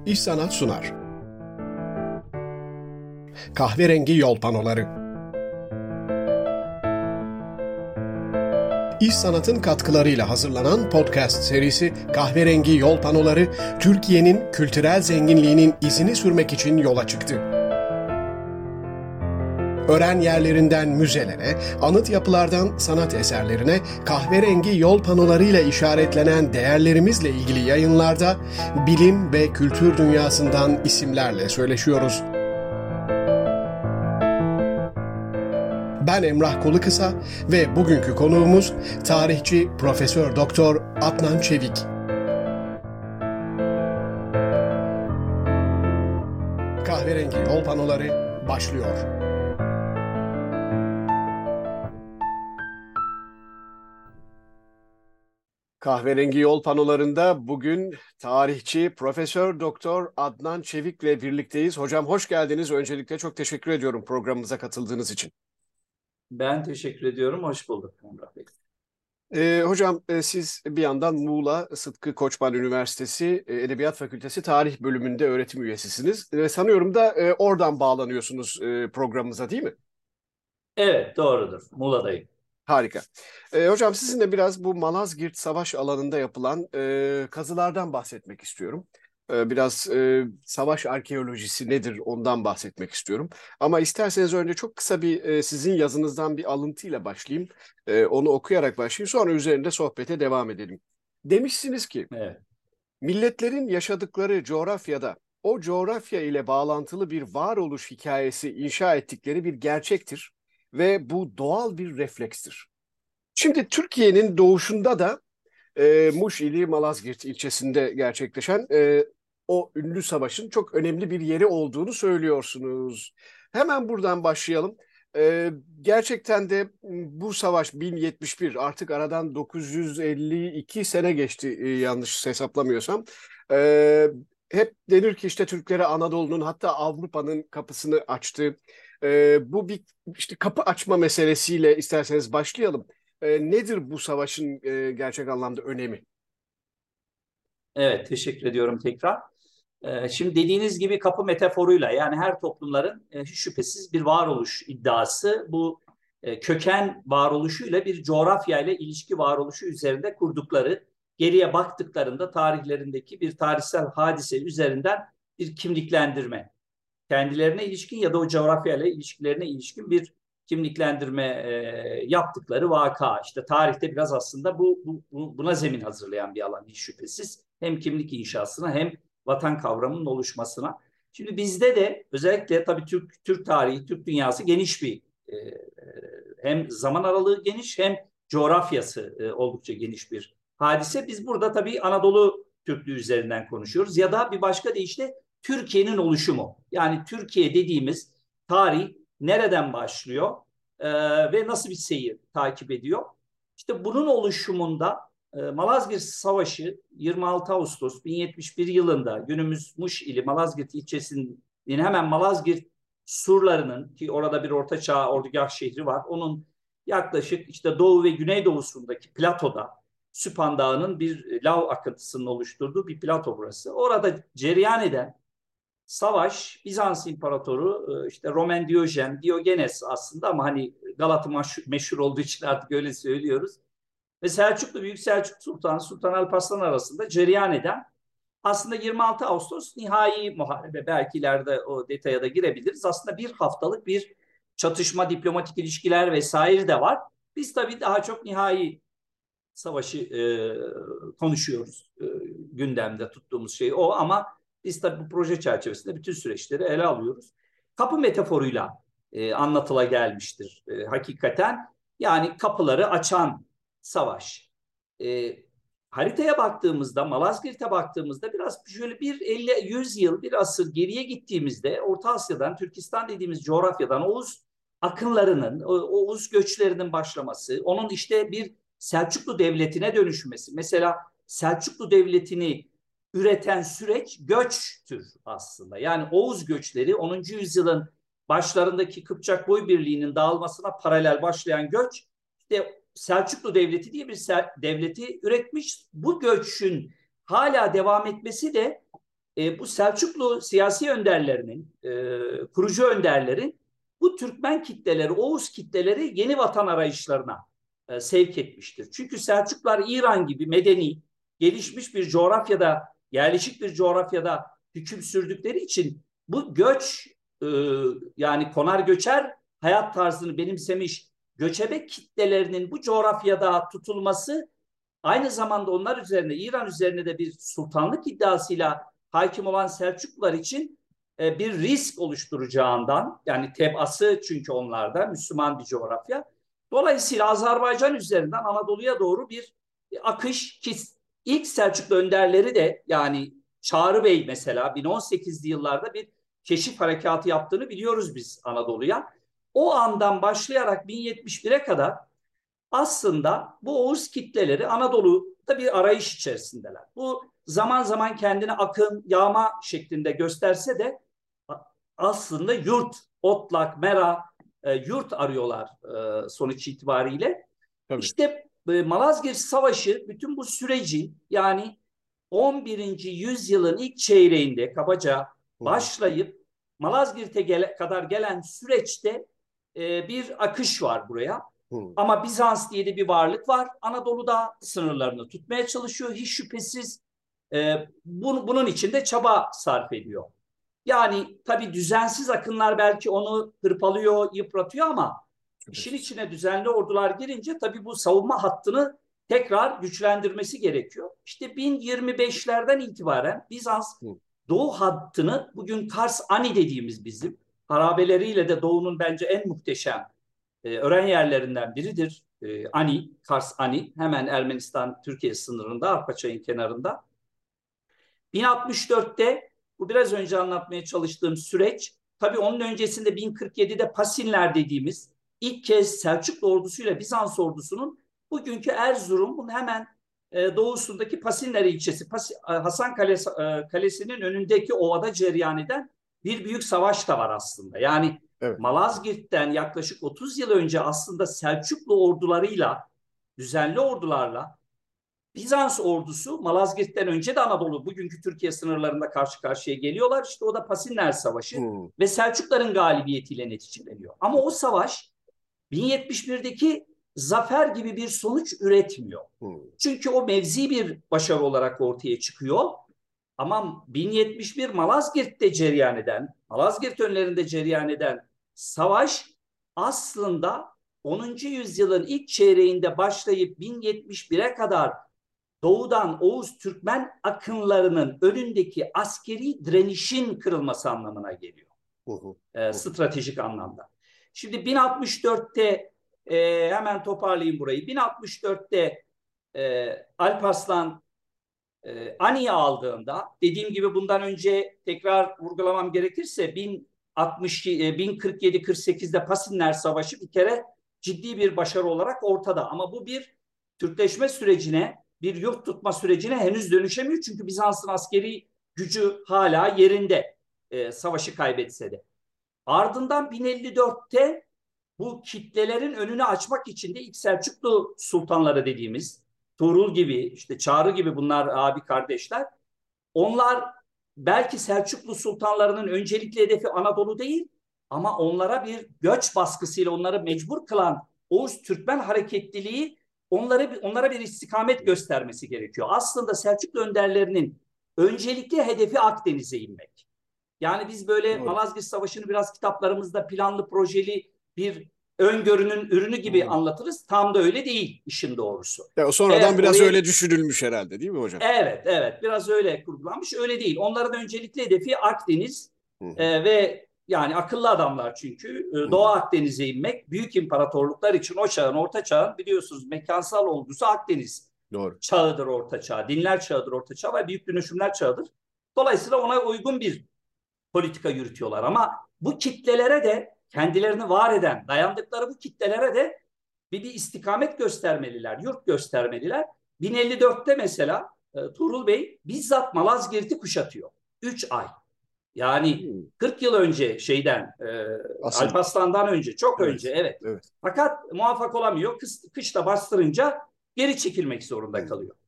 İş Sanat sunar. Kahverengi Yol Panoları. İş Sanat'ın katkılarıyla hazırlanan podcast serisi Kahverengi Yol Panoları, Türkiye'nin kültürel zenginliğinin izini sürmek için yola çıktı. Öğren yerlerinden müzelere, anıt yapılardan sanat eserlerine, kahverengi yol panolarıyla işaretlenen değerlerimizle ilgili yayınlarda bilim ve kültür dünyasından isimlerle söyleşiyoruz. Ben Emrah Kolukısa ve bugünkü konuğumuz tarihçi Profesör Doktor Adnan Çevik. Kahverengi Yol Panoları başlıyor. Kahverengi Yol Panolarında bugün tarihçi Profesör Doktor Adnan Çevik'le birlikteyiz. Hocam hoş geldiniz. Öncelikle çok teşekkür ediyorum programımıza katıldığınız için. Ben teşekkür ediyorum. Hoş bulduk Emrah Bey. Hocam siz bir yandan Muğla Sıtkı Koçman Üniversitesi Edebiyat Fakültesi Tarih Bölümünde öğretim üyesisiniz. Sanıyorum da oradan bağlanıyorsunuz programımıza, değil mi? Evet, doğrudur. Muğla'dayım. Harika. Hocam sizinle biraz bu Malazgirt Savaş alanında yapılan kazılardan bahsetmek istiyorum. Biraz savaş arkeolojisi nedir ondan bahsetmek istiyorum. Ama isterseniz önce çok kısa bir sizin yazınızdan bir alıntıyla başlayayım. Onu okuyarak başlayayım. Sonra üzerinde sohbete devam edelim. Demişsiniz ki Evet. milletlerin yaşadıkları coğrafyada o coğrafya ile bağlantılı bir varoluş hikayesi inşa ettikleri bir gerçektir ve bu doğal bir reflekstir. Şimdi Türkiye'nin doğuşunda da Muş ili Malazgirt ilçesinde gerçekleşen o ünlü savaşın çok önemli bir yeri olduğunu söylüyorsunuz. Hemen buradan başlayalım. Gerçekten de bu savaş 1071, artık aradan 952 sene geçti yanlış hesaplamıyorsam. E, Hep denir ki işte Türklere Anadolu'nun, hatta Avrupa'nın kapısını açtı. Bu bir işte kapı açma meselesiyle isterseniz başlayalım. Nedir bu savaşın gerçek anlamda önemi? Evet, teşekkür ediyorum tekrar. Şimdi dediğiniz gibi kapı metaforuyla yani her toplumların hiç şüphesiz bir varoluş iddiası bu köken varoluşuyla bir coğrafya ile ilişki varoluşu üzerinde kurdukları geriye baktıklarında tarihlerindeki bir tarihsel hadise üzerinden bir kimliklendirme. Kendilerine ilişkin ya da o coğrafyayla ilişkilerine ilişkin bir kimliklendirme yaptıkları vaka. İşte tarihte biraz aslında buna zemin hazırlayan bir alan hiç şüphesiz. Hem kimlik inşasına hem vatan kavramının oluşmasına. Şimdi bizde de özellikle tabii Türk tarihi, Türk dünyası geniş bir hem zaman aralığı geniş hem coğrafyası oldukça geniş bir hadise. Biz burada tabii Anadolu Türklüğü üzerinden konuşuyoruz ya da bir başka deyişle Türkiye'nin oluşumu. Yani Türkiye dediğimiz tarih nereden başlıyor ve nasıl bir seyir takip ediyor? İşte bunun oluşumunda Malazgirt Savaşı 26 Ağustos 1071 yılında günümüz Muş ili Malazgirt ilçesinin hemen Malazgirt surlarının, ki orada bir ortaçağ ordugah şehri var, onun yaklaşık işte doğu ve güneydoğusundaki platoda Süphan Dağı'nın bir lav akıntısının oluşturduğu bir plato burası. Orada cereyan eden savaş, Bizans İmparatoru işte Roman Diogenes aslında, ama hani Galata meşhur olduğu için artık öyle söylüyoruz. Ve Selçuklu Büyük Selçuk Sultanı Sultan Alparslan arasında cereyan eden aslında 26 Ağustos nihai muharebe. Belki ileride o detaya da girebiliriz. Aslında bir haftalık bir çatışma, diplomatik ilişkiler vesaire de var. Biz tabii daha çok nihai savaşı konuşuyoruz. Gündemde tuttuğumuz şey o, ama biz tabii bu proje çerçevesinde bütün süreçleri ele alıyoruz. Kapı metaforuyla anlatıla gelmiştir hakikaten. Yani kapıları açan savaş. E, Haritaya baktığımızda, Malazgirt'e baktığımızda biraz şöyle bir 50-100 yıl, bir asır geriye gittiğimizde Orta Asya'dan, Türkistan dediğimiz coğrafyadan Oğuz akınlarının, Oğuz göçlerinin başlaması, onun işte bir Selçuklu Devleti'ne dönüşmesi. Mesela Selçuklu Devleti'ni üreten süreç göçtür aslında. Yani Oğuz göçleri 10. yüzyılın başlarındaki Kıpçak Boybirliği'nin dağılmasına paralel başlayan göç, işte Selçuklu Devleti diye bir devleti üretmiş. Bu göçün hala devam etmesi de bu Selçuklu siyasi önderlerinin, kurucu önderlerin bu Türkmen kitleleri, Oğuz kitleleri yeni vatan arayışlarına sevk etmiştir. Çünkü Selçuklular İran gibi medeni, gelişmiş bir coğrafyada, yerleşik bir coğrafyada hüküm sürdükleri için bu göç, yani konar göçer hayat tarzını benimsemiş göçebe kitlelerinin bu coğrafyada tutulması aynı zamanda onlar üzerine, İran üzerine de bir sultanlık iddiasıyla hakim olan Selçuklular için bir risk oluşturacağından, yani tebası çünkü onlarda Müslüman bir coğrafya. Dolayısıyla Azerbaycan üzerinden Anadolu'ya doğru bir akış ki ilk Selçuklu önderleri de, yani Çağrı Bey mesela 1018'li yıllarda bir keşif harekatı yaptığını biliyoruz biz Anadolu'ya. O andan başlayarak 1071'e kadar aslında bu Oğuz kitleleri Anadolu'da bir arayış içerisindeler. Bu zaman zaman kendini akın, yağma şeklinde gösterse de aslında yurt, otlak, mera, yurt arıyorlar sonuç itibariyle. Tabii. İşte Malazgirt Savaşı bütün bu süreci, yani 11. yüzyılın ilk çeyreğinde kabaca başlayıp Malazgirt'e kadar gelen süreçte bir akış var buraya. Ama Bizans diye de bir varlık var. Anadolu'da sınırlarını tutmaya çalışıyor. Hiç şüphesiz bunun için de çaba sarf ediyor. Yani tabii düzensiz akınlar belki onu hırpalıyor, yıpratıyor ama işin içine düzenli ordular girince tabii bu savunma hattını tekrar güçlendirmesi gerekiyor. İşte 1025'lerden itibaren Bizans Doğu hattını, bugün Kars-Ani dediğimiz bizim harabeleriyle de Doğu'nun bence en muhteşem öğren yerlerinden biridir. Ani, Kars Ani, hemen Ermenistan-Türkiye sınırında, Arpaçay'ın kenarında. 1064'te bu biraz önce anlatmaya çalıştığım süreç, tabii onun öncesinde 1047'de Pasinler dediğimiz ilk kez Selçuklu ordusuyla Bizans ordusunun bugünkü Erzurum'un hemen doğusundaki Pasinler ilçesi, Hasan Kalesi'nin önündeki ovada cereyan eden bir büyük savaş da var aslında. Yani evet. Malazgirt'ten yaklaşık 30 yıl önce aslında Selçuklu ordularıyla, düzenli ordularla Bizans ordusu Malazgirt'ten önce de Anadolu, bugünkü Türkiye sınırlarında karşı karşıya geliyorlar. İşte o da Pasinler Savaşı ve Selçukların galibiyetiyle neticeleniyor. Ama o savaş 1071'deki zafer gibi bir sonuç üretmiyor. Çünkü o mevzi bir başarı olarak ortaya çıkıyor. Ama 1071 Malazgirt'te cereyan eden, Malazgirt önlerinde cereyan eden savaş aslında 10. yüzyılın ilk çeyreğinde başlayıp 1071'e kadar doğudan Oğuz Türkmen akınlarının önündeki askeri direnişin kırılması anlamına geliyor. Stratejik anlamda. Şimdi 1064'te hemen toparlayayım burayı. 1064'te Alparslan Ani'yi aldığında, dediğim gibi bundan önce tekrar vurgulamam gerekirse 1047-48'de Pasinler Savaşı bir kere ciddi bir başarı olarak ortada. Ama bu bir Türkleşme sürecine, bir yurt tutma sürecine henüz dönüşemiyor. Çünkü Bizans'ın askeri gücü hala yerinde, savaşı kaybetse de. Ardından 1054'te bu kitlelerin önünü açmak için de ilk Selçuklu sultanları dediğimiz Tuğrul gibi, işte Çağrı gibi, bunlar abi kardeşler. Onlar belki Selçuklu sultanlarının öncelikli hedefi Anadolu değil ama onlara bir göç baskısıyla onları mecbur kılan Oğuz Türkmen hareketliliği onlara bir istikamet göstermesi gerekiyor. Aslında Selçuklu önderlerinin öncelikli hedefi Akdeniz'e inmek. Yani biz böyle Malazgirt Savaşı'nı biraz kitaplarımızda planlı projeli bir öngörünün ürünü gibi anlatırız. Tam da öyle değil işin doğrusu. Ya, sonradan biraz öyle düşünülmüş herhalde, değil mi hocam? Evet, biraz öyle kurgulanmış. Öyle değil. Onların öncelikli hedefi Akdeniz ve yani akıllı adamlar çünkü Doğu Akdeniz'e inmek. Büyük imparatorluklar için o çağın, Orta Çağ'ın biliyorsunuz mekansal olgusu Akdeniz. Doğru. Çağıdır Orta Çağ. Dinler çağıdır Orta Çağ ve büyük dönüşümler çağıdır. Dolayısıyla ona uygun bir politika yürütüyorlar. Ama bu kitlelere de, kendilerini var eden, dayandıkları bu kitlelere de bir istikamet göstermeliler, yurt göstermeliler. 1054'te mesela Tuğrul Bey bizzat Malazgirt'i kuşatıyor. 3 ay. Yani 40 yıl önce Alparslan'dan önce, çok önce evet. Fakat muvaffak olamıyor. Kışta bastırınca geri çekilmek zorunda kalıyor.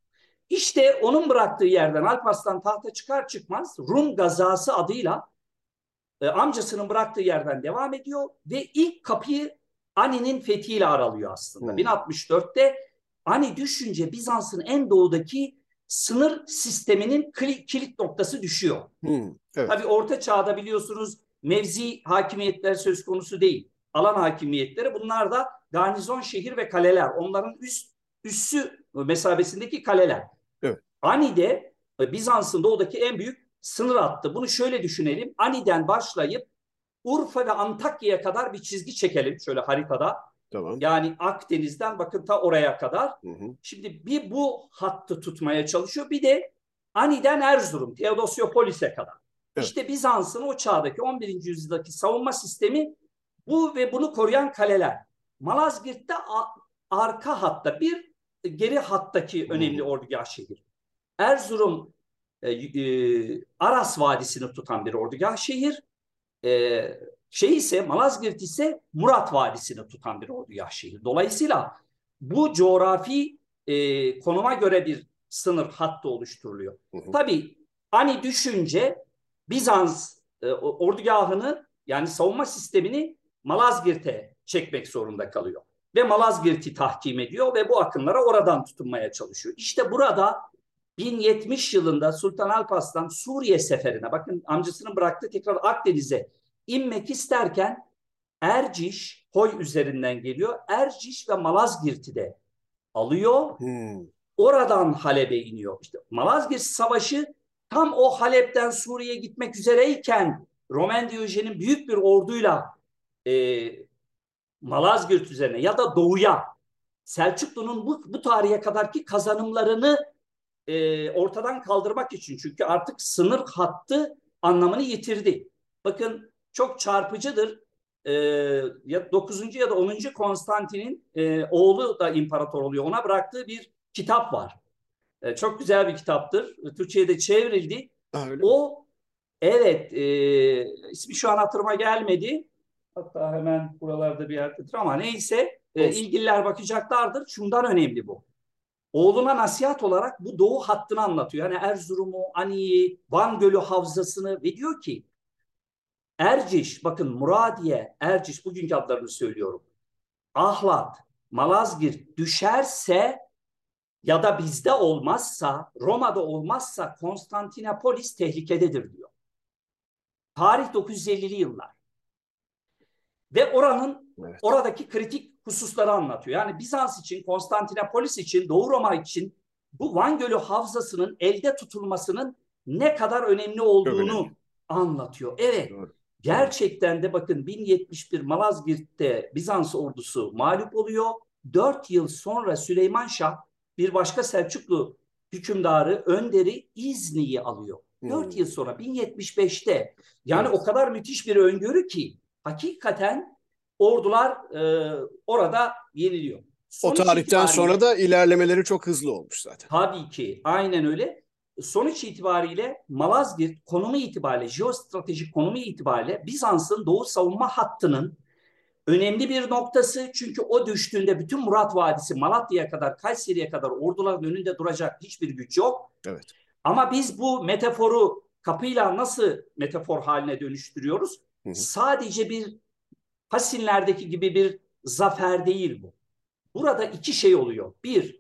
İşte onun bıraktığı yerden Alparslan tahta çıkar çıkmaz Rum gazası adıyla amcasının bıraktığı yerden devam ediyor ve ilk kapıyı Ani'nin fethiyle aralıyor aslında. 1064'te Ani düşünce Bizans'ın en doğudaki sınır sisteminin kilit noktası düşüyor. Evet. Tabii Orta Çağ'da biliyorsunuz mevzi hakimiyetler söz konusu değil. Alan hakimiyetleri, bunlar da garnizon şehir ve kaleler. Onların üssü mesabesindeki kaleler. Evet. Ani'de Bizans'ın doğudaki en büyük sınır hattı. Bunu şöyle düşünelim. Ani'den başlayıp Urfa ve Antakya'ya kadar bir çizgi çekelim şöyle haritada. Tamam. Yani Akdeniz'den bakın ta oraya kadar. Şimdi bir bu hattı tutmaya çalışıyor. Bir de Ani'den Erzurum, Teodosiopolis'e kadar. Evet. İşte Bizans'ın o çağdaki 11. yüzyıldaki savunma sistemi bu ve bunu koruyan kaleler. Malazgirt'te arka hatta bir geri hattaki önemli ordugah şehir. Erzurum Aras Vadisi'ni tutan bir ordugah şehir. Malazgirt ise Murat Vadisi'ni tutan bir ordugah şehir. Dolayısıyla bu coğrafi konuma göre bir sınır hattı oluşturuluyor. Tabii Ani düşünce Bizans ordugahını, yani savunma sistemini Malazgirt'e çekmek zorunda kalıyor. Ve Malazgirt'i tahkim ediyor ve bu akınlara oradan tutunmaya çalışıyor. İşte burada 1070 yılında Sultan Alparslan Suriye seferine, bakın amcasının bıraktığı, tekrar Akdeniz'e inmek isterken Erciş, Hoy üzerinden geliyor. Erciş ve Malazgirt'i de alıyor. Oradan Halep'e iniyor. İşte Malazgirt Savaşı tam o Halep'ten Suriye'ye gitmek üzereyken Roman Diyojen'in büyük bir orduyla Malazgirt üzerine ya da doğuya, Selçuklu'nun bu tarihe kadarki kazanımlarını ortadan kaldırmak için, çünkü artık sınır hattı anlamını yitirdi. Bakın çok çarpıcıdır. Ya 9. ya da 10. Konstantin'in oğlu da imparator oluyor. Ona bıraktığı bir kitap var. Çok güzel bir kitaptır. Türkçe'ye de çevrildi. O, evet, ismi şu an hatırıma gelmedi. Hatta hemen buralarda bir yerdedir ama neyse, ilgililer bakacaklardır. Şundan önemli bu. Oğluna nasihat olarak bu doğu hattını anlatıyor. Yani Erzurum'u, Ani'yi, Van Gölü Havzası'nı ve diyor ki Erciş, bakın Muradiye, Erciş, bugünkü adlarını söylüyorum. Ahlat, Malazgirt düşerse ya da bizde olmazsa, Roma'da olmazsa Konstantinopolis tehlikededir diyor. Tarih 950'li yıllar. Ve oradaki kritik hususları anlatıyor. Yani Bizans için, Konstantinopolis için, Doğu Roma için bu Van Gölü Havzası'nın elde tutulmasının ne kadar önemli olduğunu anlatıyor. Evet. Doğru. Gerçekten de bakın 1071 Malazgirt'te Bizans ordusu mağlup oluyor. 4 yıl sonra Süleyman Şah, bir başka Selçuklu hükümdarı, önderi İzni'yi alıyor. 4 yıl sonra 1075'te. Yani o kadar müthiş bir öngörü ki hakikaten ordular orada yeniliyor. O tarihten sonra da ilerlemeleri çok hızlı olmuş zaten. Tabii ki, aynen öyle. Sonuç itibariyle Malazgirt konumu itibariyle, jeostratejik konumu itibariyle Bizans'ın doğu savunma hattının önemli bir noktası. Çünkü o düştüğünde bütün Murat Vadisi, Malatya'ya kadar, Kayseri'ye kadar orduların önünde duracak hiçbir güç yok. Evet. Ama biz bu metaforu kapıyla nasıl metafor haline dönüştürüyoruz? Sadece bir Hasinler'deki gibi bir zafer değil bu. Burada iki şey oluyor. Bir,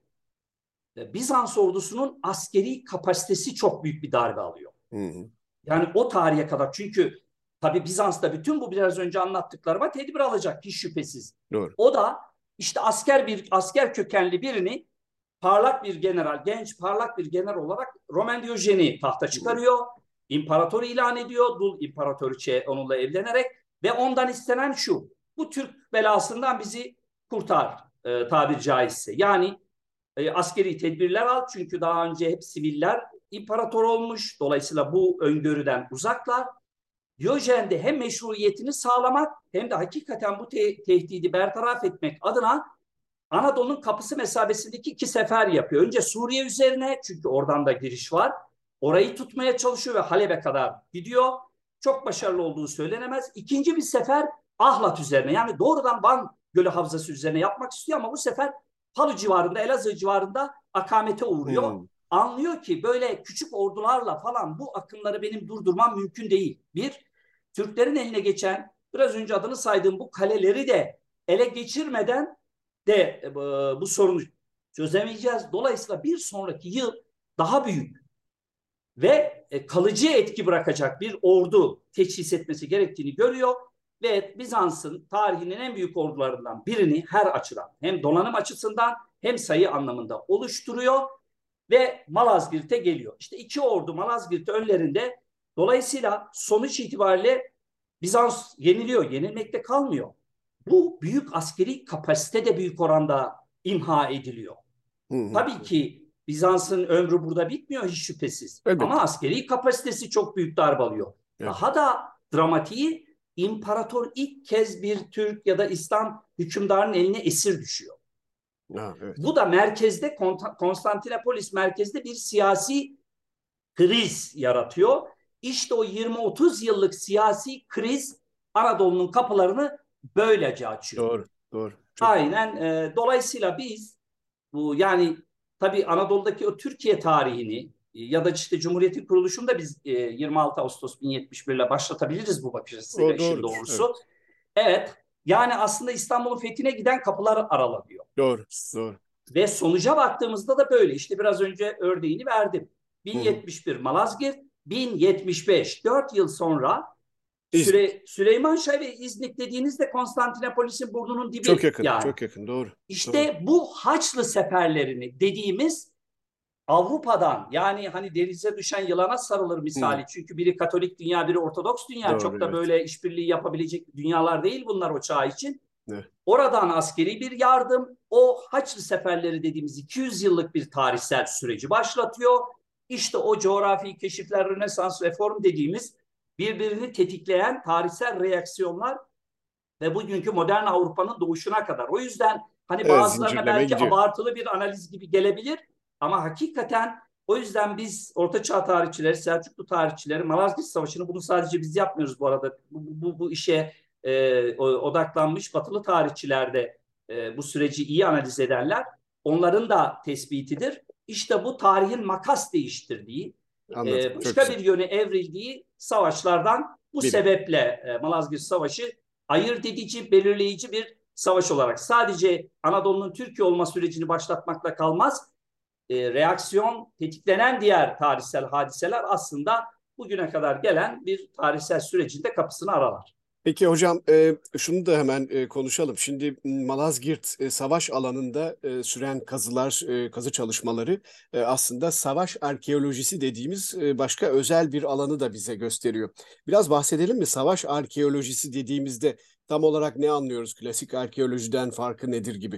Bizans ordusunun askeri kapasitesi çok büyük bir darbe alıyor. Yani o tarihe kadar, çünkü tabii Bizans'ta bütün bu biraz önce anlattıklarıma tedbir alacak hiç şüphesiz. Doğru. O da işte asker kökenli birini, parlak bir general, genç parlak bir general olarak Roman Diyojen'i tahta çıkarıyor. İmparator ilan ediyor. Dul İmparatoriçe onunla evlenerek ve ondan istenen şu: bu Türk belasından bizi kurtar, tabiri caizse. Yani askeri tedbirler al, çünkü daha önce hep siviller imparator olmuş. Dolayısıyla bu öngörüden uzaklar. Diyojen de hem meşruiyetini sağlamak hem de hakikaten bu tehdidi bertaraf etmek adına Anadolu'nun kapısı mesabesindeki 2 sefer yapıyor. Önce Suriye üzerine, çünkü oradan da giriş var. Orayı tutmaya çalışıyor ve Halep'e kadar gidiyor. Çok başarılı olduğu söylenemez. İkinci bir sefer Ahlat üzerine, yani doğrudan Van Gölü Havzası üzerine yapmak istiyor ama bu sefer Palu civarında, Elazığ civarında akamete uğruyor. anlıyor ki böyle küçük ordularla falan bu akımları benim durdurmam mümkün değil. Bir, Türklerin eline geçen biraz önce adını saydığım bu kaleleri de ele geçirmeden de bu sorunu çözemeyeceğiz. Dolayısıyla bir sonraki yıl daha büyük ve kalıcı etki bırakacak bir ordu teçhis etmesi gerektiğini görüyor ve Bizans'ın tarihinin en büyük ordularından birini her açıdan, hem donanım açısından hem sayı anlamında oluşturuyor ve Malazgirt'e geliyor. İşte iki ordu Malazgirt önlerinde, dolayısıyla sonuç itibariyle Bizans yeniliyor, yenilmekte kalmıyor. Bu büyük askeri kapasite de büyük oranda imha ediliyor. Hı hı. Tabii ki Bizans'ın ömrü burada bitmiyor hiç şüphesiz. Ama Elbette. askeri kapasitesi çok büyük darbe alıyor. Evet. Daha da dramatiği, imparator ilk kez bir Türk ya da İslam hükümdarının eline esir düşüyor. Ha, evet. Bu da merkezde, Konstantinopolis merkezde bir siyasi kriz yaratıyor. İşte o 20-30 yıllık siyasi kriz Anadolu'nun kapılarını böylece açıyor. Doğru. Doğru. Çok doğru. Aynen. Dolayısıyla biz bu, yani tabii Anadolu'daki o Türkiye tarihini ya da işte Cumhuriyet'in kuruluşunu da biz 26 Ağustos 1071 ile başlatabiliriz bu bakış açısıyla, O işin doğrudur. Evet. doğrusu. Evet, yani aslında İstanbul'un fethine giden kapılar aralanıyor. Doğru. Doğru. Ve sonuca baktığımızda da böyle. İşte biraz önce örneğini verdim. Hı hı. 1071 Malazgirt, 1075 4 yıl sonra İznik. Süleyman Şah ve İznik dediğinizde Konstantinopolis'in burnunun Çok dibi yakın. yani. Çok yakın. Doğru. Doğru. İşte bu Haçlı seferlerini dediğimiz Avrupa'dan, yani hani denize düşen yılana sarılır Hı. misali. Çünkü biri Katolik dünya, biri Ortodoks dünya. Doğru. Çok da Evet. böyle işbirliği yapabilecek dünyalar değil bunlar o çağ için. Evet. Oradan askeri bir yardım, o Haçlı seferleri dediğimiz 200 yıllık bir tarihsel süreci başlatıyor. İşte o coğrafi keşifler, Rönesans, reform dediğimiz birbirini tetikleyen tarihsel reaksiyonlar ve bugünkü modern Avrupa'nın doğuşuna kadar. O yüzden hani Evet, bazılarına zincirleme belki gidiyor. abartılı bir analiz gibi gelebilir ama hakikaten o yüzden biz Ortaçağ tarihçileri, Selçuklu tarihçileri Malazgirt Savaşı'nı, bunu sadece biz yapmıyoruz bu arada. Bu işe odaklanmış Batılı tarihçiler de bu süreci iyi analiz ederler. Onların da tespitidir. İşte bu tarihin makas değiştirdiği, Anladım. Çok başka güzel. bir yöne evrildiği savaşlardan bu Biri. sebeple Malazgirt Savaşı ayırt edici, belirleyici bir savaş olarak sadece Anadolu'nun Türkiye olma sürecini başlatmakla kalmaz. Reaksiyon, tetiklenen diğer tarihsel hadiseler aslında bugüne kadar gelen bir tarihsel sürecin de kapısını aralar. Peki hocam, şunu da hemen konuşalım. Şimdi Malazgirt savaş alanında süren kazılar, kazı çalışmaları aslında savaş arkeolojisi dediğimiz başka özel bir alanı da bize gösteriyor. Biraz bahsedelim mi? Savaş arkeolojisi dediğimizde tam olarak ne anlıyoruz? Klasik arkeolojiden farkı nedir gibi?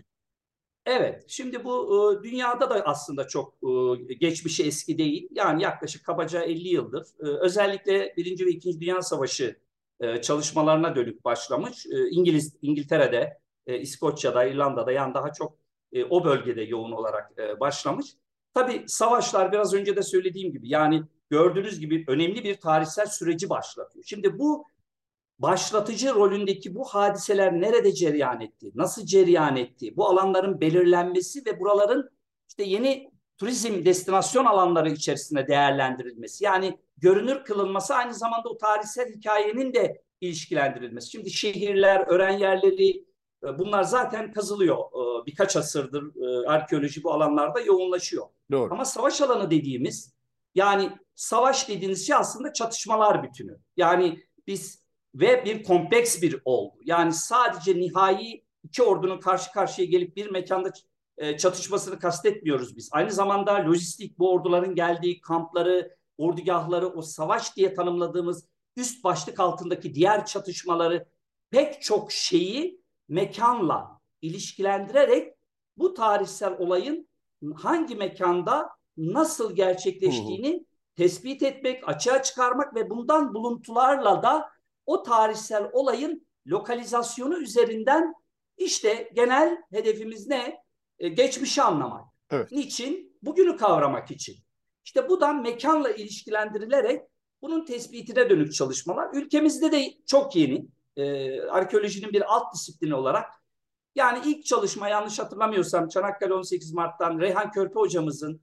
Evet, şimdi bu dünyada da aslında çok geçmişi eski değil. Yani yaklaşık kabaca 50 yıldır özellikle Birinci ve İkinci Dünya Savaşı çalışmalarına dönük başlamış. İngiltere'de, İskoçya'da, İrlanda'da, yani daha çok o bölgede yoğun olarak başlamış. Tabii savaşlar biraz önce de söylediğim gibi, yani gördüğünüz gibi önemli bir tarihsel süreci başlatıyor. Şimdi bu başlatıcı rolündeki bu hadiseler nerede cereyan etti, nasıl cereyan etti, bu alanların belirlenmesi ve buraların işte yeni turizm destinasyon alanları içerisinde değerlendirilmesi, yani görünür kılınması, aynı zamanda o tarihsel hikayenin de ilişkilendirilmesi. Şimdi şehirler, öğren yerleri, bunlar zaten kazılıyor. Birkaç asırdır arkeoloji bu alanlarda yoğunlaşıyor. Doğru. Ama savaş alanı dediğimiz, yani savaş dediğiniz şey aslında çatışmalar bütünü. Yani biz ve bir kompleks bir olgu. Yani sadece nihai iki ordunun karşı karşıya gelip bir mekanda çatışmasını kastetmiyoruz biz. Aynı zamanda lojistik, bu orduların geldiği kampları, ordugahları, o savaş diye tanımladığımız üst başlık altındaki diğer çatışmaları, pek çok şeyi mekanla ilişkilendirerek bu tarihsel olayın hangi mekanda nasıl Hı hı. gerçekleştiğini tespit etmek, açığa çıkarmak ve bundan buluntularla da o tarihsel olayın lokalizasyonu üzerinden işte genel hedefimiz ne? Geçmişi anlamak. Evet. Niçin? Bugünü kavramak için. İşte bu da mekanla ilişkilendirilerek bunun tespitine dönük çalışmalar. Ülkemizde de çok yeni. Arkeolojinin bir alt disiplini olarak. Yani ilk çalışma, yanlış hatırlamıyorsam, Çanakkale 18 Mart'tan Reyhan Körpe hocamızın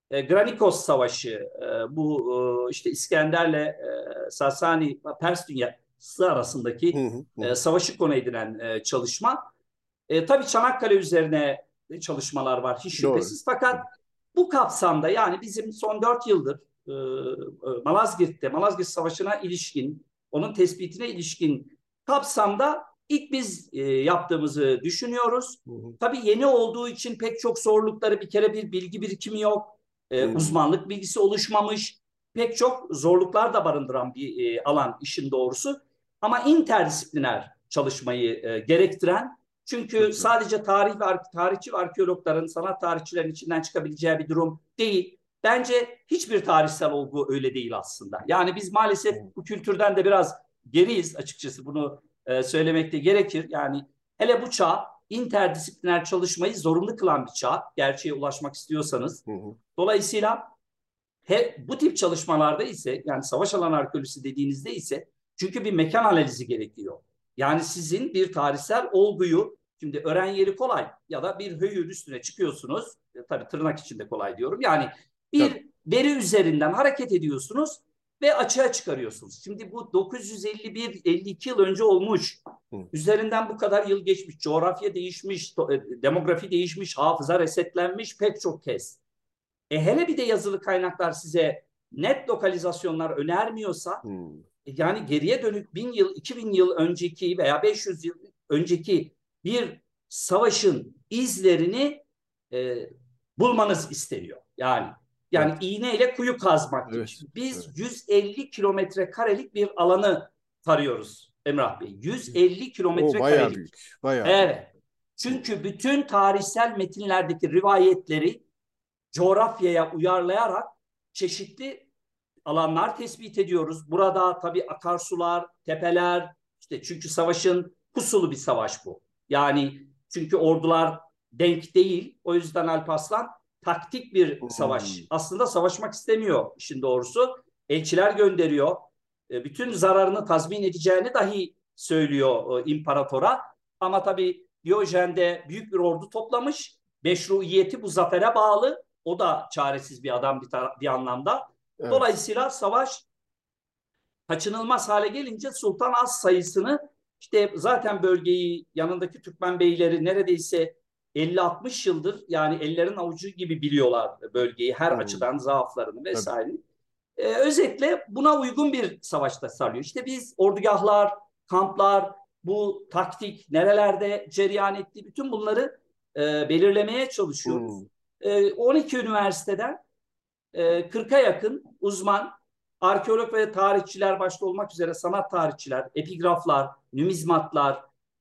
Granikos Savaşı, bu işte İskender'le Sasani Pers dünyası arasındaki savaşı konu edinen çalışma. Tabii Çanakkale üzerine çalışmalar var hiç Doğru. şüphesiz. Fakat bu kapsamda yani bizim son 4 yıldır Malazgirt Savaşı'na ilişkin, onun tespitine ilişkin kapsamda ilk biz yaptığımızı düşünüyoruz. Tabii yeni olduğu için pek çok zorlukları, bir kere bir bilgi birikimi yok. Uzmanlık bilgisi oluşmamış. Pek çok zorluklar da barındıran bir alan işin doğrusu. Ama interdisipliner çalışmayı gerektiren, çünkü sadece tarihçi ve arkeologların, sanat tarihçilerin içinden çıkabileceği bir durum değil. Bence hiçbir tarihsel olgu öyle değil aslında. Yani biz maalesef bu kültürden de biraz geriyiz açıkçası, bunu söylemek de gerekir. Yani hele bu çağ interdisipliner çalışmayı zorunlu kılan bir çağ, gerçeğe ulaşmak istiyorsanız. Dolayısıyla bu tip çalışmalarda ise, yani savaş alanı arkeolojisi dediğinizde ise, çünkü bir mekan analizi gerekiyor. Yani sizin bir tarihsel olguyu, şimdi öğren yeri kolay ya da bir höyüğün üstüne çıkıyorsunuz. Tabii tırnak içinde kolay diyorum. Yani bir veri üzerinden hareket ediyorsunuz ve açığa çıkarıyorsunuz. Şimdi bu 951-52 yıl önce olmuş. Üzerinden bu kadar yıl geçmiş. Coğrafya değişmiş, demografi değişmiş, hafıza resetlenmiş pek çok kez. Hele bir de yazılı kaynaklar size net lokalizasyonlar önermiyorsa, yani geriye dönük 1000 yıl, 2000 yıl önceki veya 500 yıl önceki bir savaşın izlerini bulmanız isteniyor. Yani iğneyle kuyu kazmak gibi. Biz 150 kilometre karelik bir alanı tarıyoruz Emrah Bey. 150 kilometre bayağı karelik. büyük. Bayağı evet. Çünkü bütün tarihsel metinlerdeki rivayetleri coğrafyaya uyarlayarak çeşitli alanlar tespit ediyoruz. Burada tabii akarsular, tepeler, işte çünkü savaşın pusulu bir savaş bu. Yani çünkü ordular denk değil. O yüzden Alparslan taktik bir savaş. Aslında savaşmak istemiyor işin doğrusu. Elçiler gönderiyor. Bütün zararını tazmin edeceğini dahi söylüyor imparatora. Ama tabii Diyojen de büyük bir ordu toplamış. Meşruiyeti bu zafere bağlı. O da çaresiz bir adam bir anlamda. Dolayısıyla savaş kaçınılmaz hale gelince Sultan Az sayısını, işte zaten bölgeyi, yanındaki Türkmen beyleri neredeyse 50-60 yıldır, yani ellerin avucu gibi biliyorlar bölgeyi, her açıdan zaaflarını vesaire. Özetle buna uygun bir savaş tasarlıyor. İşte biz ordugahlar, kamplar, bu taktik nerelerde cereyan etti, bütün bunları belirlemeye çalışıyoruz. 12 üniversiteden 40'a yakın uzman, arkeolog ve tarihçiler başta olmak üzere, sanat tarihçiler, epigraflar, numizmatlar,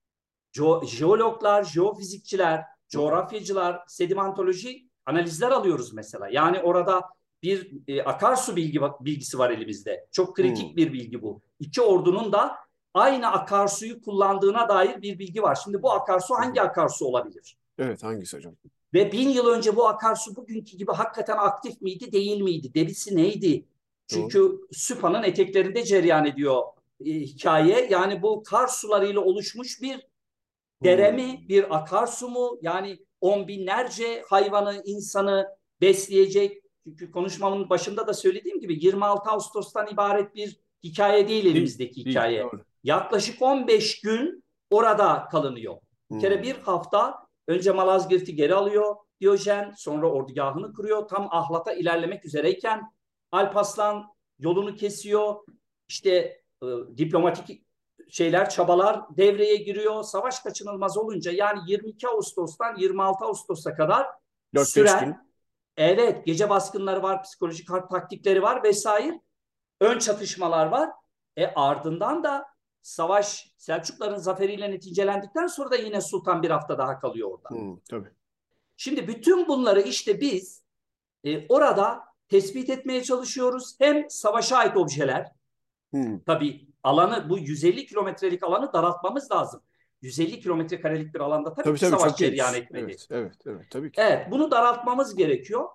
jeologlar, jeofizikçiler, coğrafyacılar, sedimentoloji analizler alıyoruz mesela. Yani orada bir akarsu bilgisi var elimizde. Çok kritik bir bilgi bu. İki ordunun da aynı akarsuyu kullandığına dair bir bilgi var. Şimdi bu akarsu hangi akarsu olabilir? Evet, hangisi hocam? Ve 1000 yıl önce bu akarsu bugünkü gibi hakikaten aktif miydi, değil miydi? Debisi neydi? Çünkü Süphan'ın eteklerinde cereyan ediyor hikaye. Yani bu kar sularıyla oluşmuş bir dere mi, bir akarsu mu? Yani on binlerce hayvanı, insanı besleyecek. Çünkü konuşmamın başında da söylediğim gibi 26 Ağustos'tan ibaret bir hikaye değil elimizdeki hikaye. Değil, yaklaşık 15 gün orada kalınıyor. Bir kere bir hafta önce Malazgirt'i geri alıyor Diyojen, sonra ordugahını kuruyor. Tam Ahlat'a ilerlemek üzereyken Alparslan yolunu kesiyor. İşte diplomatik çabalar devreye giriyor. Savaş kaçınılmaz olunca, yani 22 Ağustos'tan 26 Ağustos'a kadar süren, evet, gece baskınları var, psikolojik harp taktikleri var vesaire. Ön çatışmalar var. Ardından da savaş Selçukların zaferiyle neticelendikten sonra da yine Sultan bir hafta daha kalıyor orada. Tabii. Şimdi bütün bunları işte biz orada tespit etmeye çalışıyoruz. Hem savaşa ait objeler, tabii alanı, bu 150 kilometrelik alanı daraltmamız lazım. 150 kilometre karelik bir alanda tabii ki savaş cereyan etmedi. Evet, tabii ki. Evet, bunu daraltmamız gerekiyor.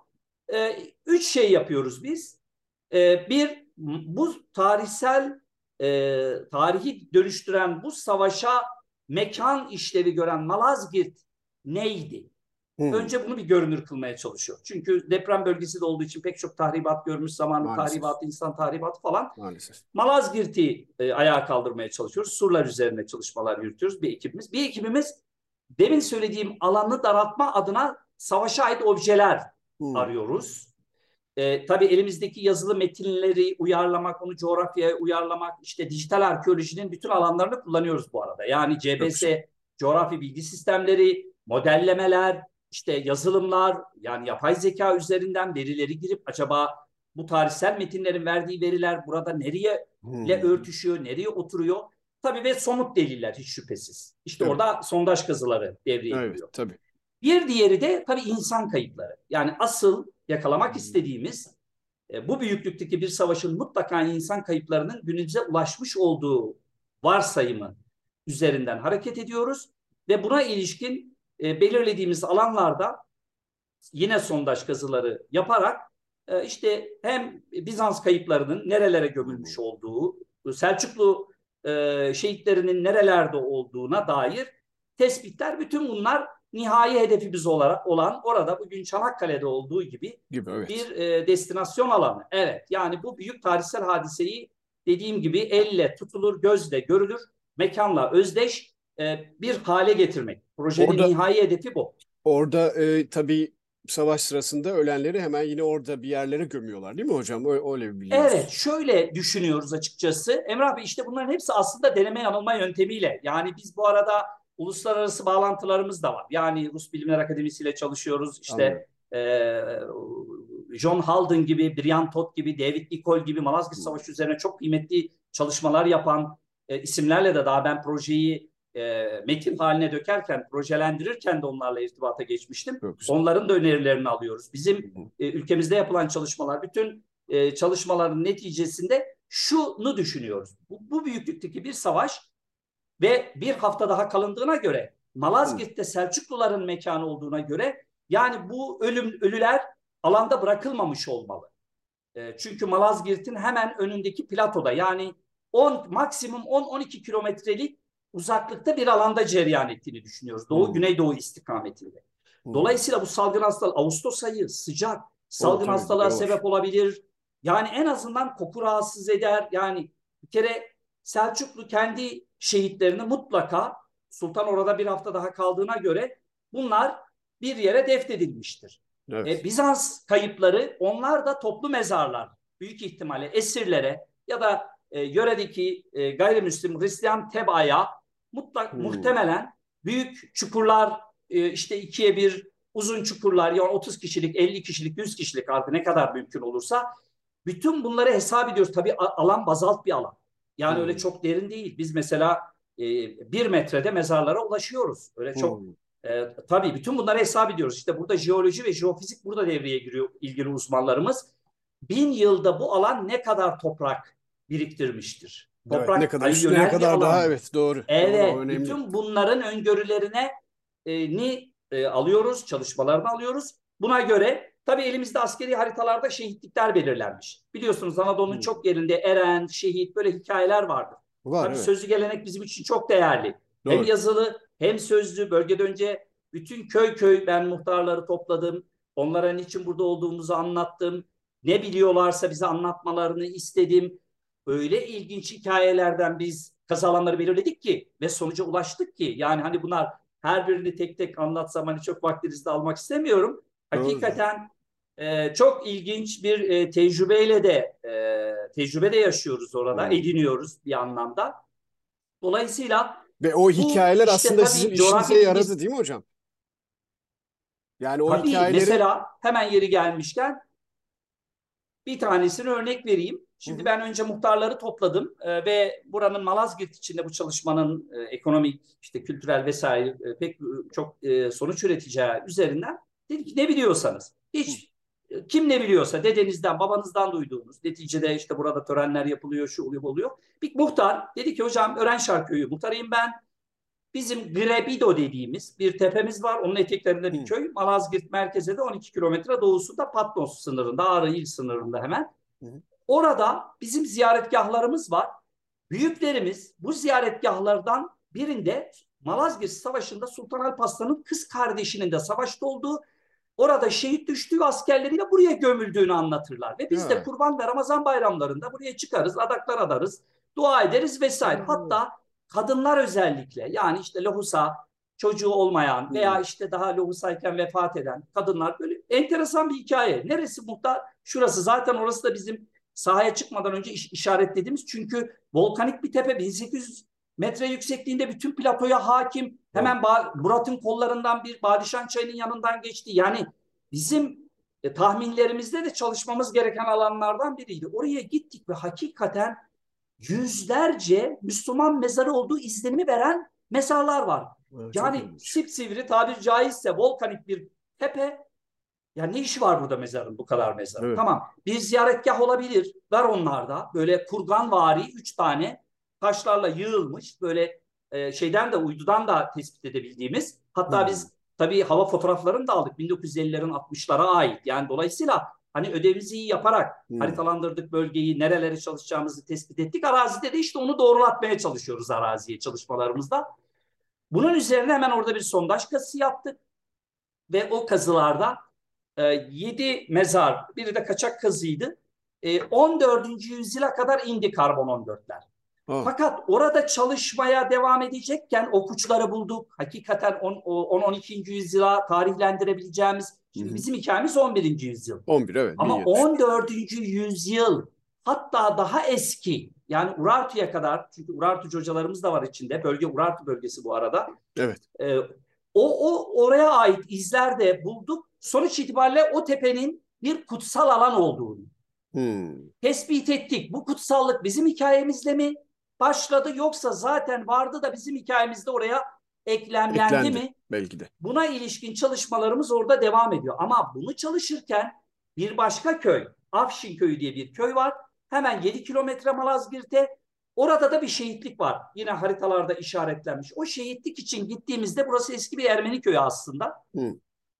3 şey yapıyoruz biz. Bir, bu tarihi dönüştüren, bu savaşa mekan işlevi gören Malazgirt neydi? Önce bunu bir görünür kılmaya çalışıyor. Çünkü deprem bölgesi de olduğu için pek çok tahribat görmüş, zamanın Maalesef. tahribatı, insan tahribatı falan. Maalesef. Malazgirt'i ayağa kaldırmaya çalışıyoruz. Surlar üzerine çalışmalar yürütüyoruz bir ekibimiz. Bir ekibimiz demin söylediğim alanı daraltma adına savaşa ait objeler arıyoruz. Tabii elimizdeki yazılı metinleri uyarlamak, onu coğrafyaya uyarlamak, işte dijital arkeolojinin bütün alanlarını kullanıyoruz bu arada. Yani CBS, coğrafi bilgi sistemleri, modellemeler, işte yazılımlar, yani yapay zeka üzerinden verileri girip acaba bu tarihsel metinlerin verdiği veriler burada nereye örtüşüyor, nereye oturuyor? Tabii ve somut deliller hiç şüphesiz. İşte orada sondaj kazıları devreye giriyor. Tabii. Bir diğeri de tabii insan kayıpları. Yani asıl yakalamak istediğimiz bu büyüklükteki bir savaşın mutlaka insan kayıplarının günümüze ulaşmış olduğu varsayımı üzerinden hareket ediyoruz ve buna ilişkin belirlediğimiz alanlarda yine sondaj kazıları yaparak işte hem Bizans kayıplarının nerelere gömülmüş olduğu, Selçuklu şehitlerinin nerelerde olduğuna dair tespitler, bütün bunlar nihai hedefimiz olarak olan orada bugün Çanakkale'de olduğu gibi bir destinasyon alanı. Evet, yani bu büyük tarihsel hadiseyi dediğim gibi elle tutulur, gözle görülür, mekanla özdeş bir hale getirmek. Projenin nihai hedefi bu. Orada tabii savaş sırasında ölenleri hemen yine orada bir yerlere gömüyorlar değil mi hocam? Öyle biliyoruz. Evet, şöyle düşünüyoruz açıkçası. Emrah Bey, işte bunların hepsi aslında deneme yanılma yöntemiyle. Yani biz bu arada uluslararası bağlantılarımız da var. Yani Rus Bilimler Akademisi ile çalışıyoruz. İşte John Haldon gibi, Brian Todd gibi, David Nicol gibi Malazgirt Savaşı üzerine çok kıymetli çalışmalar yapan isimlerle de daha ben projeyi metin haline dökerken, projelendirirken de onlarla irtibata geçmiştim. Onların da önerilerini alıyoruz. Bizim ülkemizde yapılan çalışmalar, bütün çalışmaların neticesinde şunu düşünüyoruz. Bu büyüklükteki bir savaş ve bir hafta daha kalındığına göre, Malazgirt'te Selçukluların mekanı olduğuna göre, yani bu ölüler alanda bırakılmamış olmalı. Çünkü Malazgirt'in hemen önündeki platoda, yani maksimum 10-12 kilometrelik uzaklıkta bir alanda cereyan ettiğini düşünüyoruz. Doğu-Güneydoğu istikametinde. Dolayısıyla bu salgın hastalığı, Ağustos ayı sıcak, salgın hastalığa sebep olabilir. Yani en azından koku rahatsız eder. Yani bir kere Selçuklu kendi şehitlerini mutlaka, Sultan orada bir hafta daha kaldığına göre, bunlar bir yere defnedilmiştir. Bizans kayıpları, onlar da toplu mezarlar. Büyük ihtimalle esirlere ya da yöredeki gayrimüslim Hristiyan tebaaya muhtemelen büyük çukurlar, işte 2'ye 1 uzun çukurlar, yani 30 kişilik, 50 kişilik, 100 kişilik, artık ne kadar mümkün olursa, bütün bunları hesap ediyoruz. Tabii alan bazalt bir alan. Yani öyle çok derin değil. Biz mesela 1 metrede mezarlara ulaşıyoruz. Öyle çok tabii bütün bunları hesap ediyoruz. İşte burada jeoloji ve jeofizik burada devreye giriyor ilgili uzmanlarımız. 1000 yılda bu alan ne kadar toprak biriktirmiştir? Toprak ne kadar üstüne, ne kadar daha, doğru. Evet, doğru, bütün bunların öngörülerine alıyoruz, çalışmalarını alıyoruz. Buna göre tabii elimizde askeri haritalarda şehitlikler belirlenmiş. Biliyorsunuz Anadolu'nun çok yerinde eren, şehit, böyle hikayeler vardır. Tabii sözlü gelenek bizim için çok değerli. Doğru. Hem yazılı hem sözlü. Bölgede önce bütün köy ben muhtarları topladım. Onlara niçin burada olduğumuzu anlattım. Ne biliyorlarsa bize anlatmalarını istedim. Öyle ilginç hikayelerden biz kazı alanları belirledik ki ve sonuca ulaştık ki. Yani hani bunlar her birini tek tek anlatsam hani çok vaktinizi de almak istemiyorum. Hakikaten çok ilginç bir tecrübe de yaşıyoruz orada, ediniyoruz bir anlamda. Dolayısıyla ve o hikayeler işte aslında sizin işinize yaradı değil mi hocam? Yani o hikayeleri... Mesela hemen yeri gelmişken bir tanesini örnek vereyim. Şimdi ben önce muhtarları topladım ve buranın Malazgirt içinde bu çalışmanın ekonomik, işte kültürel vesaire pek çok sonuç üreteceği üzerinden dedik ki ne biliyorsanız, kim ne biliyorsa dedenizden, babanızdan duyduğunuz, neticede işte burada törenler yapılıyor, şu oluyor. Bir muhtar dedi ki hocam Örenşar Köyü muhtarıyım ben. Bizim Grebido dediğimiz bir tepemiz var. Onun eteklerinde bir köy. Malazgirt merkeze de 12 kilometre doğusunda Patnos sınırında, Ağrı il sınırında hemen. Orada bizim ziyaretgahlarımız var. Büyüklerimiz bu ziyaretgahlardan birinde Malazgirt Savaşı'nda Sultan Alparslan'ın kız kardeşinin de savaşta olduğu, orada şehit düştüğü askerleriyle buraya gömüldüğünü anlatırlar. Ve biz de Ya. Kurban ve Ramazan bayramlarında buraya çıkarız, adaklar adarız, dua ederiz vesaire. Hmm. Hatta kadınlar özellikle, yani işte lohusa, çocuğu olmayan veya Hmm. işte daha lohusayken vefat eden kadınlar, böyle enteresan bir hikaye. Neresi muhtar? Şurası. Zaten orası da bizim sahaya çıkmadan önce işaretlediğimiz, çünkü volkanik bir tepe, 1800 metre yüksekliğinde bütün platoya hakim. Wow. Hemen Murat'ın kollarından bir Badişan Çayı'nın yanından geçti. Yani bizim tahminlerimizde de çalışmamız gereken alanlardan biriydi. Oraya gittik ve hakikaten yüzlerce Müslüman mezarı olduğu izlenimi veren mezarlar var. Çok Yani ilginç. sipsivri, tabiri caizse volkanik bir tepe. Ya ne işi var burada mezarın, bu kadar mezar? Evet. Tamam, bir ziyaretgah olabilir. Var onlarda. Böyle kurganvari 3 tane taşlarla yığılmış. Böyle şeyden de, uydudan da tespit edebildiğimiz. Hatta Hmm. biz tabii hava fotoğraflarını da aldık. 1950'lerin 60'lara ait. Yani dolayısıyla hani ödevimizi iyi yaparak Hmm. haritalandırdık bölgeyi, nerelere çalışacağımızı tespit ettik. Arazide de işte onu doğrulatmaya çalışıyoruz araziye çalışmalarımızda. Bunun üzerine hemen orada bir sondaj kazısı yaptık. Ve o kazılarda 7 mezar, biri de kaçak kazıydı. 14. yüzyıla kadar indi karbon 14'ler. Oh. Fakat orada çalışmaya devam edecekken okuçları bulduk. Hakikaten 10-12. yüzyıla tarihlendirebileceğimiz. Hı Şimdi hı. bizim hikayemiz 11. yüzyıl. 11, evet, Ama 1073. 14. yüzyıl, hatta daha eski, yani Urartu'ya kadar, çünkü Urartucu hocalarımız da var içinde. Bölge Urartu bölgesi bu arada. Evet. Ee, oraya ait izler de bulduk. Sonuç itibariyle o tepenin bir kutsal alan olduğunu Hmm. tespit ettik. Bu kutsallık bizim hikayemizle mi başladı, yoksa zaten vardı da bizim hikayemizde oraya eklemlendi Eklendi mi? belki de. Buna ilişkin çalışmalarımız orada devam ediyor. Ama bunu çalışırken bir başka köy, Afşin Köyü diye bir köy var. Hemen 7 kilometre Malazgirt'te. Orada da bir şehitlik var. Yine haritalarda işaretlenmiş. O şehitlik için gittiğimizde, burası eski bir Ermeni köyü aslında. Hmm.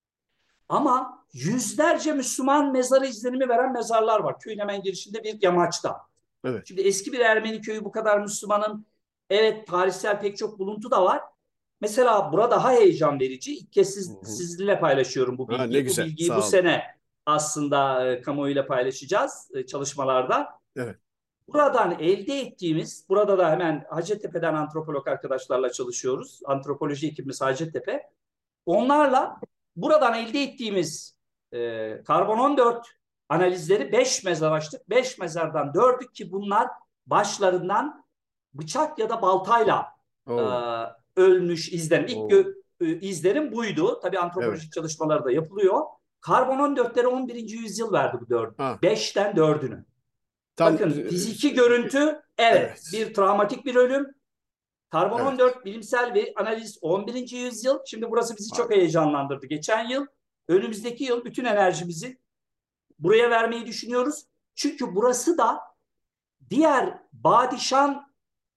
Ama yüzlerce Müslüman mezarı izlenimi veren mezarlar var. Köyün hemen girişinde bir yamaçta. Evet. Şimdi eski bir Ermeni köyü, bu kadar Müslümanın, evet, tarihsel pek çok buluntu da var. Mesela burada daha heyecan verici. İlk kez Hı hı. sizinle paylaşıyorum bu Ha, ne bilgiyi. Bu güzel. bilgiyi bu Sağ olun. sene aslında kamuoyuyla paylaşacağız çalışmalarda. Evet. Buradan elde ettiğimiz, burada da hemen Hacettepe'den antropolog arkadaşlarla çalışıyoruz. Antropoloji ekibimiz Hacettepe. Onlarla buradan elde ettiğimiz karbon 14 analizleri 5 mezar açtık. 5 mezardan 4'ü, ki bunlar başlarından bıçak ya da baltayla e, Oh. ölmüş izlerim. İlk Oh. izlerim buydu. Tabii antropolojik Evet. çalışmalar da yapılıyor. Karbon 14'leri 11. yüzyıl verdi bu 4'ü. Ha. 5'ten 4'ünü. Tam Bakın, fiziki görüntü, evet, evet. bir travmatik bir ölüm. Karbon Evet. 14 bilimsel bir analiz 11. yüzyıl. Şimdi burası bizi çok Harika. heyecanlandırdı. Geçen yıl, önümüzdeki yıl bütün enerjimizi buraya vermeyi düşünüyoruz. Çünkü burası da diğer Badişan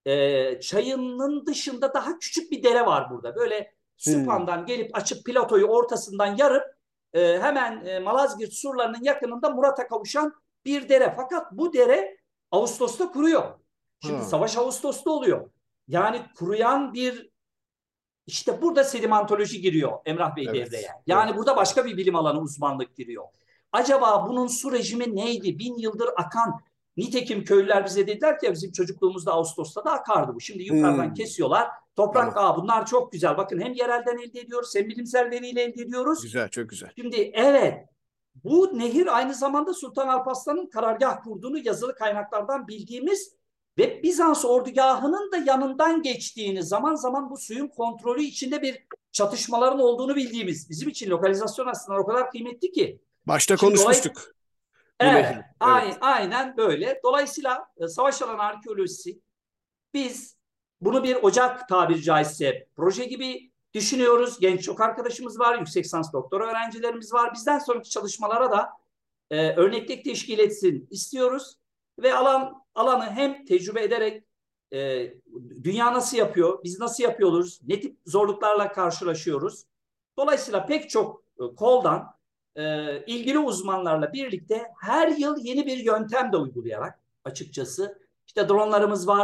çayının dışında daha küçük bir dere var burada. Böyle Hmm. Süphan'dan gelip açıp platoyu ortasından yarıp hemen Malazgirt surlarının yakınında Murat'a kavuşan bir dere. Fakat bu dere Ağustos'ta kuruyor. Şimdi Ha. savaş Ağustos'ta oluyor. Yani kuruyan bir, işte burada sedimentoloji giriyor Emrah Bey devreye. Evet. Yani Evet. burada başka Evet. bir bilim alanı, uzmanlık giriyor. Acaba bunun su rejimi neydi? 1000 yıldır akan. Nitekim köylüler bize dediler ki, bizim çocukluğumuzda Ağustos'ta da akardı bu. Şimdi yukarıdan Hmm. kesiyorlar. Toprak, Tamam. bunlar çok güzel. Bakın, hem yerelden elde ediyoruz, hem bilimsel veriyle elde ediyoruz. Güzel. Çok güzel. Şimdi evet, bu nehir aynı zamanda Sultan Alparslan'ın karargah kurduğunu yazılı kaynaklardan bildiğimiz ve Bizans ordugahının da yanından geçtiğini, zaman zaman bu suyun kontrolü içinde bir çatışmaların olduğunu bildiğimiz, bizim için lokalizasyon aslında o kadar kıymetli ki. Başta Şimdi konuşmuştuk bu evet, nehri. Evet. aynen böyle. Dolayısıyla savaş alanı arkeolojisi, biz bunu bir ocak, tabiri caizse proje gibi düşünüyoruz. Genç çok arkadaşımız var, yüksek lisans doktora öğrencilerimiz var. Bizden sonraki çalışmalara da örneklik teşkil etsin istiyoruz. Ve alanı hem tecrübe ederek dünya nasıl yapıyor, biz nasıl yapıyoruz, ne tip zorluklarla karşılaşıyoruz. Dolayısıyla pek çok koldan ilgili uzmanlarla birlikte her yıl yeni bir yöntem de uygulayarak, açıkçası, işte dronlarımız var,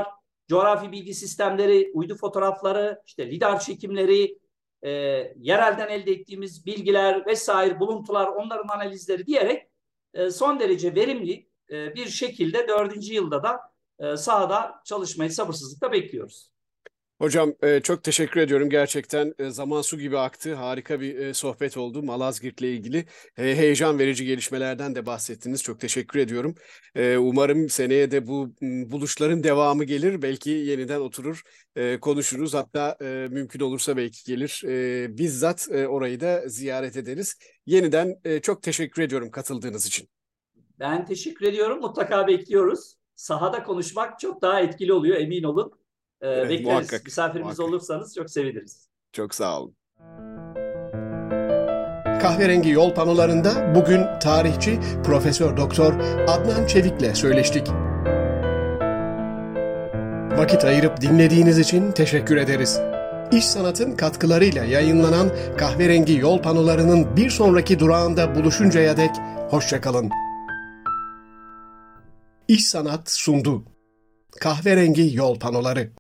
coğrafi bilgi sistemleri, uydu fotoğrafları, işte lidar çekimleri, yerelden elde ettiğimiz bilgiler vesaire, buluntular, onların analizleri diyerek son derece verimli bir şekilde 4. yılda da sahada çalışmayı sabırsızlıkla bekliyoruz. Hocam çok teşekkür ediyorum. Gerçekten zaman su gibi aktı. Harika bir sohbet oldu Malazgirt'le ilgili. Heyecan verici gelişmelerden de bahsettiniz. Çok teşekkür ediyorum. Umarım seneye de bu buluşların devamı gelir. Belki yeniden oturur, konuşuruz. Hatta mümkün olursa belki gelir. Bizzat orayı da ziyaret ederiz. Yeniden çok teşekkür ediyorum katıldığınız için. Ben teşekkür ediyorum. Mutlaka bekliyoruz. Sahada konuşmak çok daha etkili oluyor, emin olun. Bekleriz. Muhakkak, Misafirimiz muhakkak. olursanız çok seviniriz. Çok sağ olun. Kahverengi yol panolarında bugün tarihçi Profesör Doktor Adnan Çevik'le söyleştik. Vakit ayırıp dinlediğiniz için teşekkür ederiz. İş Sanat'ın katkılarıyla yayınlanan Kahverengi yol panolarının bir sonraki durağında buluşuncaya dek hoşça kalın. İş Sanat sundu. Kahverengi yol panoları.